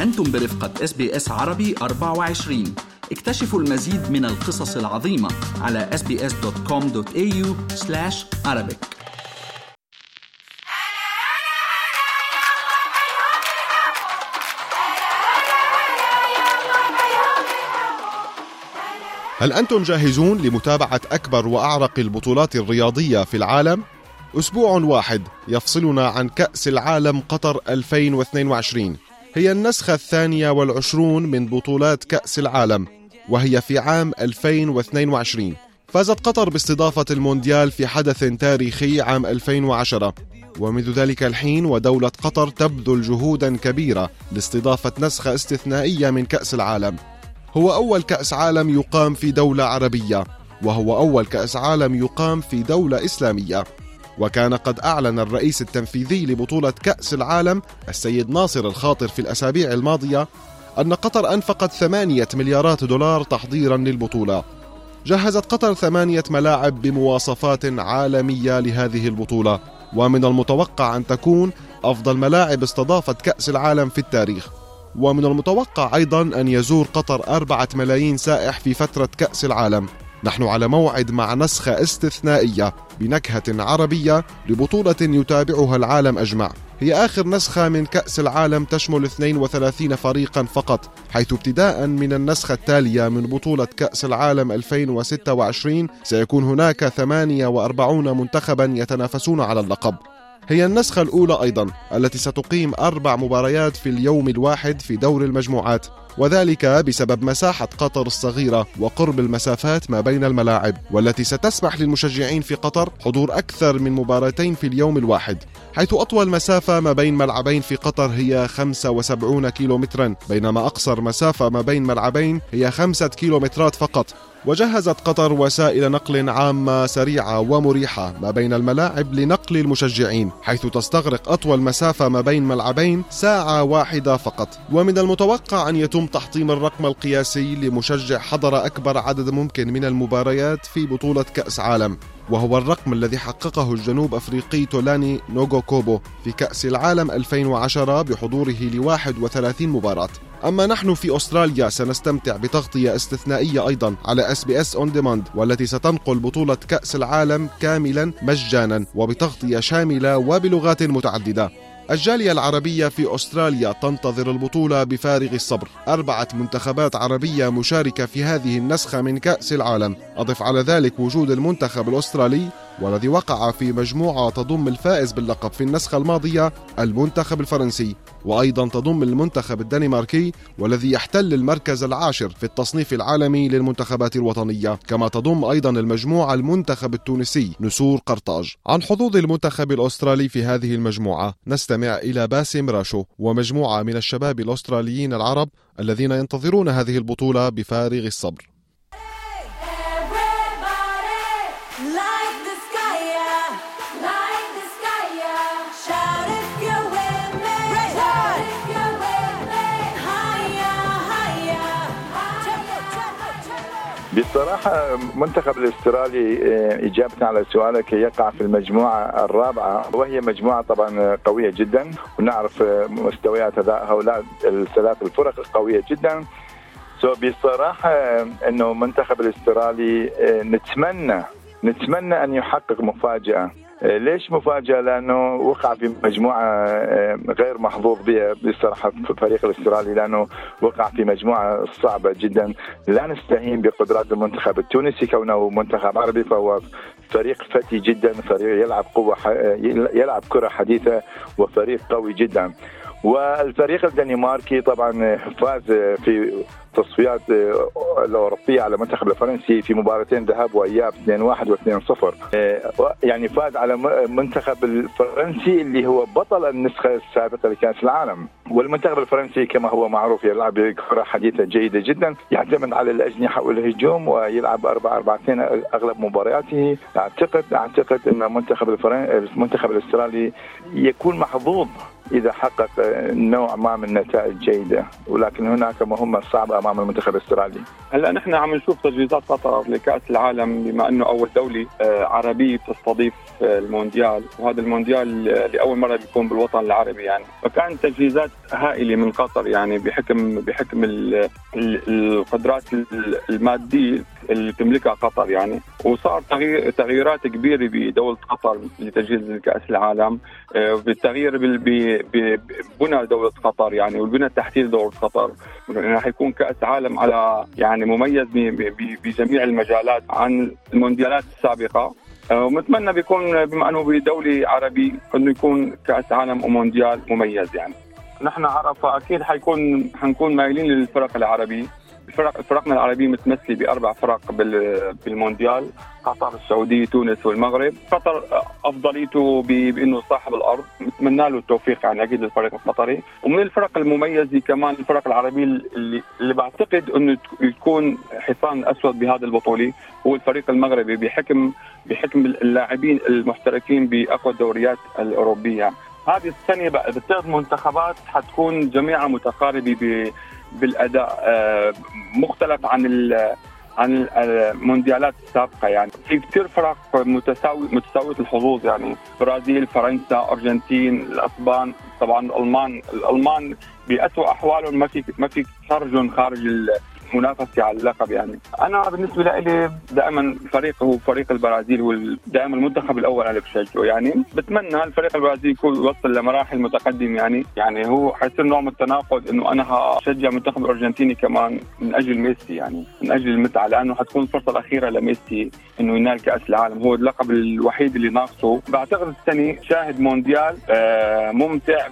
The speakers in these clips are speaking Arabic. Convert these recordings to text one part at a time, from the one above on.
أنتم برفقة SBS عربي 24. اكتشفوا المزيد من القصص العظيمة على sbs.com.au/Arabic. هل أنتم جاهزون لمتابعة أكبر وأعرق البطولات الرياضية في العالم؟ أسبوع واحد يفصلنا عن كأس العالم قطر 2022. هي النسخة 22 من بطولات كأس العالم، وهي في عام 2022. فازت قطر باستضافة المونديال في حدث تاريخي عام 2010، ومنذ ذلك الحين ودولة قطر تبذل جهودا كبيرة لاستضافة نسخة استثنائية من كأس العالم. هو أول كأس عالم يقام في دولة عربية، وهو أول كأس عالم يقام في دولة إسلامية. وكان قد أعلن الرئيس التنفيذي لبطولة كأس العالم السيد ناصر الخاطر في الأسابيع الماضية أن قطر أنفقت 8 مليارات دولار تحضيرا للبطولة. جهزت قطر 8 ملاعب بمواصفات عالمية لهذه البطولة، ومن المتوقع أن تكون أفضل ملاعب استضافت كأس العالم في التاريخ. ومن المتوقع أيضا أن يزور قطر 4 ملايين سائح في فترة كأس العالم. نحن على موعد مع نسخة استثنائية بنكهة عربية لبطولة يتابعها العالم أجمع. هي آخر نسخة من كأس العالم تشمل 32 فريقا فقط، حيث ابتداء من النسخة التالية من بطولة كأس العالم 2026 سيكون هناك 48 منتخبا يتنافسون على اللقب. هي النسخة الأولى أيضا التي ستقيم 4 مباريات في اليوم الواحد في دور المجموعات، وذلك بسبب مساحة قطر الصغيرة وقرب المسافات ما بين الملاعب، والتي ستسمح للمشجعين في قطر حضور أكثر من مباراتين في اليوم الواحد، حيث أطول مسافة ما بين ملعبين في قطر هي 75 كيلومترا، بينما أقصر مسافة ما بين ملعبين هي 5 كيلومترات فقط. وجهزت قطر وسائل نقل عامة سريعة ومريحة ما بين الملاعب لنقل المشجعين، حيث تستغرق أطول مسافة ما بين ملعبين ساعة واحدة فقط. ومن المتوقع أن يتم تحطيم الرقم القياسي لمشجع حضر أكبر عدد ممكن من المباريات في بطولة كأس عالم، وهو الرقم الذي حققه الجنوب أفريقي تولاني نوغو كوبو في كأس العالم 2010 بحضوره ل31 مباراة. أما نحن في أستراليا سنستمتع بتغطية استثنائية أيضا على SBS On Demand، والتي ستنقل بطولة كأس العالم كاملا مجانا وبتغطية شاملة وبلغات متعددة. الجالية العربية في أستراليا تنتظر البطولة بفارغ الصبر. 4 منتخبات عربية مشاركة في هذه النسخة من كأس العالم. أضف على ذلك وجود المنتخب الأسترالي، والذي وقع في مجموعة تضم الفائز باللقب في النسخة الماضية المنتخب الفرنسي، وأيضا تضم المنتخب الدنماركي والذي يحتل المركز 10 في التصنيف العالمي للمنتخبات الوطنية، كما تضم أيضا المجموعة المنتخب التونسي نسور قرطاج. عن حظوظ المنتخب الأسترالي في هذه المجموعة نستمع إلى باسم راشو ومجموعة من الشباب الأستراليين العرب الذين ينتظرون هذه البطولة بفارغ الصبر. بصراحة منتخب الاسترالي إجابة على سؤالك يقع في المجموعة الرابعة، وهي مجموعة طبعا قوية جدا، ونعرف مستويات هؤلاء الثلاث الفرق قوية جدا. بصراحة أنه منتخب الاسترالي نتمنى أن يحقق مفاجأة. ليش مفاجأة؟ لأنه وقع في مجموعة غير محظوظ بها بصراحة فريق الاسترالي، لأنه وقع في مجموعة صعبة جدا. لا نستهين بقدرات المنتخب التونسي كونه منتخب عربي، فهو فريق فتي جدا، فريق يلعب كرة حديثة، وفريق قوي جدا. والفريق الدنماركي طبعا فاز في تصفيات الأوروبية على المنتخب الفرنسي في مباراتين ذهاب وإياب 2-1 و2-0. يعني فاز على المنتخب الفرنسي اللي هو بطل النسخة السابقة لكأس العالم. والمنتخب الفرنسي كما هو معروف يلعب كرة حديثة جيدة جدا، يعتمد على الأجنحة والهجوم، ويلعب 4-4-2 أغلب مبارياته. أعتقد أن المنتخب الأسترالي يكون محظوظ إذا حقق نوع ما من النتائج جيدة، ولكن هناك مهمة صعبة أمام المنتخب الأسترالي. هلا نحن عم نشوف تجهيزات قطر لكأس العالم، بما أنه أول دولة عربية تستضيف المونديال، وهذا المونديال لأول مرة بيكون بالوطن العربي يعني. فكان تجهيزات هائلة من قطر يعني بحكم القدرات المادية اللي تملكها قطر يعني. وصار تغييرات كبيرة بدولة قطر لتجهيز كأس العالم، بالتغيير ببنى دولة قطر يعني، والبنى التحتية لدولة قطر. راح يكون كأس عالم على يعني مميز بجميع المجالات عن المونديالات السابقة. ونتمنى بيكون بما أنه بدولة عربي أنه يكون كأس عالم ومونديال مميز يعني. نحن عرفة أكيد حنكون مايلين للفرق العربي. فرقنا العربية متمثلة ب4 فرق بالمونديال: قطر، السعودية، تونس، والمغرب. قطر أفضليته بأنه صاحب الأرض، نتمنى له التوفيق يعني أكيد للفريق القطري. ومن الفرق المميزة كمان الفرق العربية اللي بعتقد أنه يكون حصان أسود بهذا البطولة هو الفريق المغربي، بحكم اللاعبين المحترفين بأقوى الدوريات الأوروبية. هذه السنة بالثلاث منتخبات حتكون جميعها متقاربة بالأداء، مختلف عن المونديالات السابقة يعني. في كثير فرق متساوية الحظوظ يعني: برازيل، فرنسا، أرجنتين، الأسبان، طبعا الألمان بأسوأ أحوالهم ما في خارج المنافسة على اللقب يعني. أنا بالنسبة لي دائما فريق هو فريق البرازيل، ودائما المنتخب الأول اللي بشجعه يعني. بتمنى الفريق البرازيلي يكون يوصل لمراحل متقدمة يعني هو حيصير نوع من التناقض إنه أنا هشجع المنتخب الأرجنتيني كمان من أجل ميسي يعني، من أجل المتعة، لأنه حتكون الفرصة الأخيرة لميسي إنه ينال كأس العالم. هو اللقب الوحيد اللي ناقصه. بعتقد السنة شاهد مونديال ممتع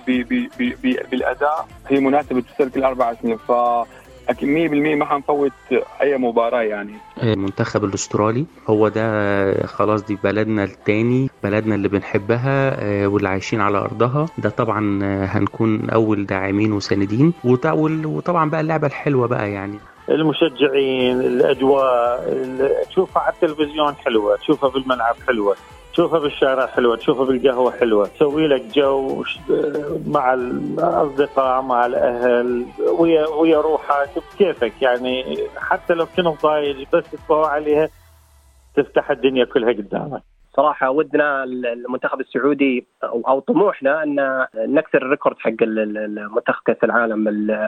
بالأداء، هي مناسبة تصير كل 4 سنين، أكيد 100% ما حنفوت أي مباراة يعني. المنتخب الأسترالي هو ده خلاص، دي بلدنا التاني، بلدنا اللي بنحبها واللي عايشين على أرضها. ده طبعا هنكون أول داعمين وساندين، وطبعا بقى اللعبة الحلوة بقى يعني. المشجعين، الأجواء، تشوفها على التلفزيون حلوة، تشوفها بالملعب حلوة، تشوفها بالشارع حلوة، تشوفها بالقهوة حلوة، تسوي لك جو مع الأصدقاء مع الأهل ويا روحك بكيفك يعني. حتى لو كنت ضايج بس تبقى عليها تفتح الدنيا كلها قدامك. صراحة ودنا المنتخب السعودي أو طموحنا أن نكسر الريكورد حق المنتخب كأس العالم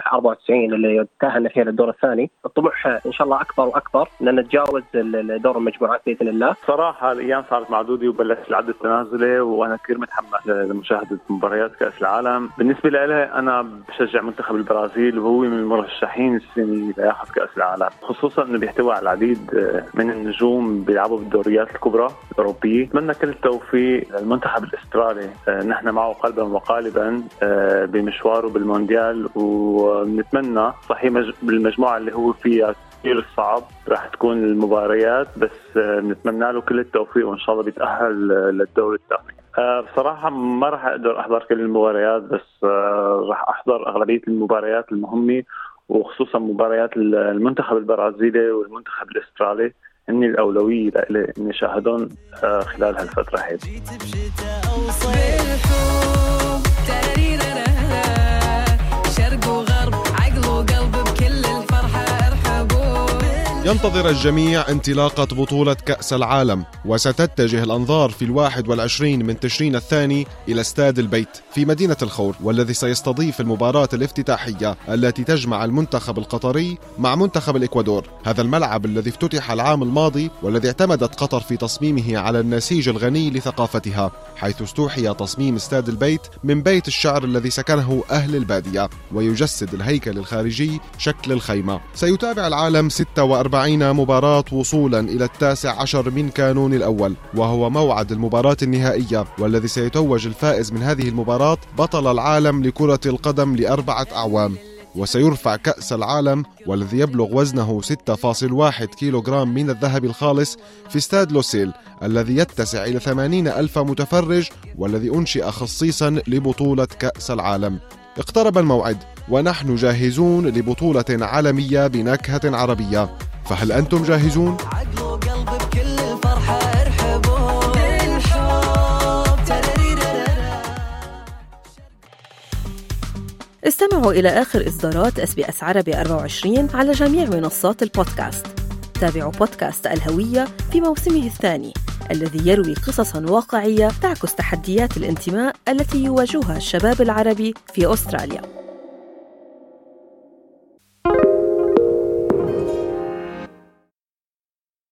94 اللي تأهلنا فيها للدور الثاني. الطموح إن شاء الله أكبر وأكبر لأن نتجاوز دور المجموعات بإذن الله. صراحة الأيام صارت معدودة وبلشت العد التنازلي، وأنا كثير متحمس لمشاهدة مباريات كأس العالم. بالنسبة لي أنا بشجع منتخب البرازيل، وهو من المرشحين السنة لياخذ كأس العالم، خصوصا إنه بيحتوي على العديد من النجوم بيلعبوا بالدوريات الكبرى الأوروبية. أتمنى كل التوفيق للمنتخب الأسترالي، نحن معه قلبا وقالبا بمشواره بالمونديال، ونتمنى صحيح بالمجموعة اللي هو فيها كثير صعب راح تكون المباريات، بس نتمنى له كل التوفيق وإن شاء الله بيتأهل للدور الثاني. بصراحة ما راح أقدر أحضر كل المباريات، بس راح أحضر أغلبية المباريات المهمة، وخصوصا مباريات المنتخب البرازيلي والمنتخب الأسترالي إني الأولوية لإلي إني شاهدون خلال هالفترة هذه. ينتظر الجميع انطلاقة بطولة كأس العالم، وستتجه الأنظار في 21 من تشرين الثاني إلى استاد البيت في مدينة الخور، والذي سيستضيف المباراة الافتتاحية التي تجمع المنتخب القطري مع منتخب الإكوادور. هذا الملعب الذي افتتح العام الماضي والذي اعتمدت قطر في تصميمه على النسيج الغني لثقافتها، حيث استوحي تصميم استاد البيت من بيت الشعر الذي سكنه أهل البادية، ويجسد الهيكل الخارجي شكل الخيمة. سيتابع العالم 46 مباراة وصولا إلى 19 من كانون الأول، وهو موعد المباراة النهائية، والذي سيتوج الفائز من هذه المباراة بطل العالم لكرة القدم ل4 أعوام. وسيرفع كأس العالم والذي يبلغ وزنه 6.1 كيلوغرام من الذهب الخالص في استاد لوسيل الذي يتسع إلى 80,000 متفرج، والذي أنشئ خصيصا لبطولة كأس العالم. اقترب الموعد ونحن جاهزون لبطولة عالمية بنكهة عربية، فهل أنتم جاهزون؟ استمعوا إلى آخر إصدارات SBS عربي 24 على جميع منصات البودكاست. تابعوا بودكاست الهوية في موسمه الثاني الذي يروي قصصاً واقعية تعكس تحديات الانتماء التي يواجهها الشباب العربي في أستراليا.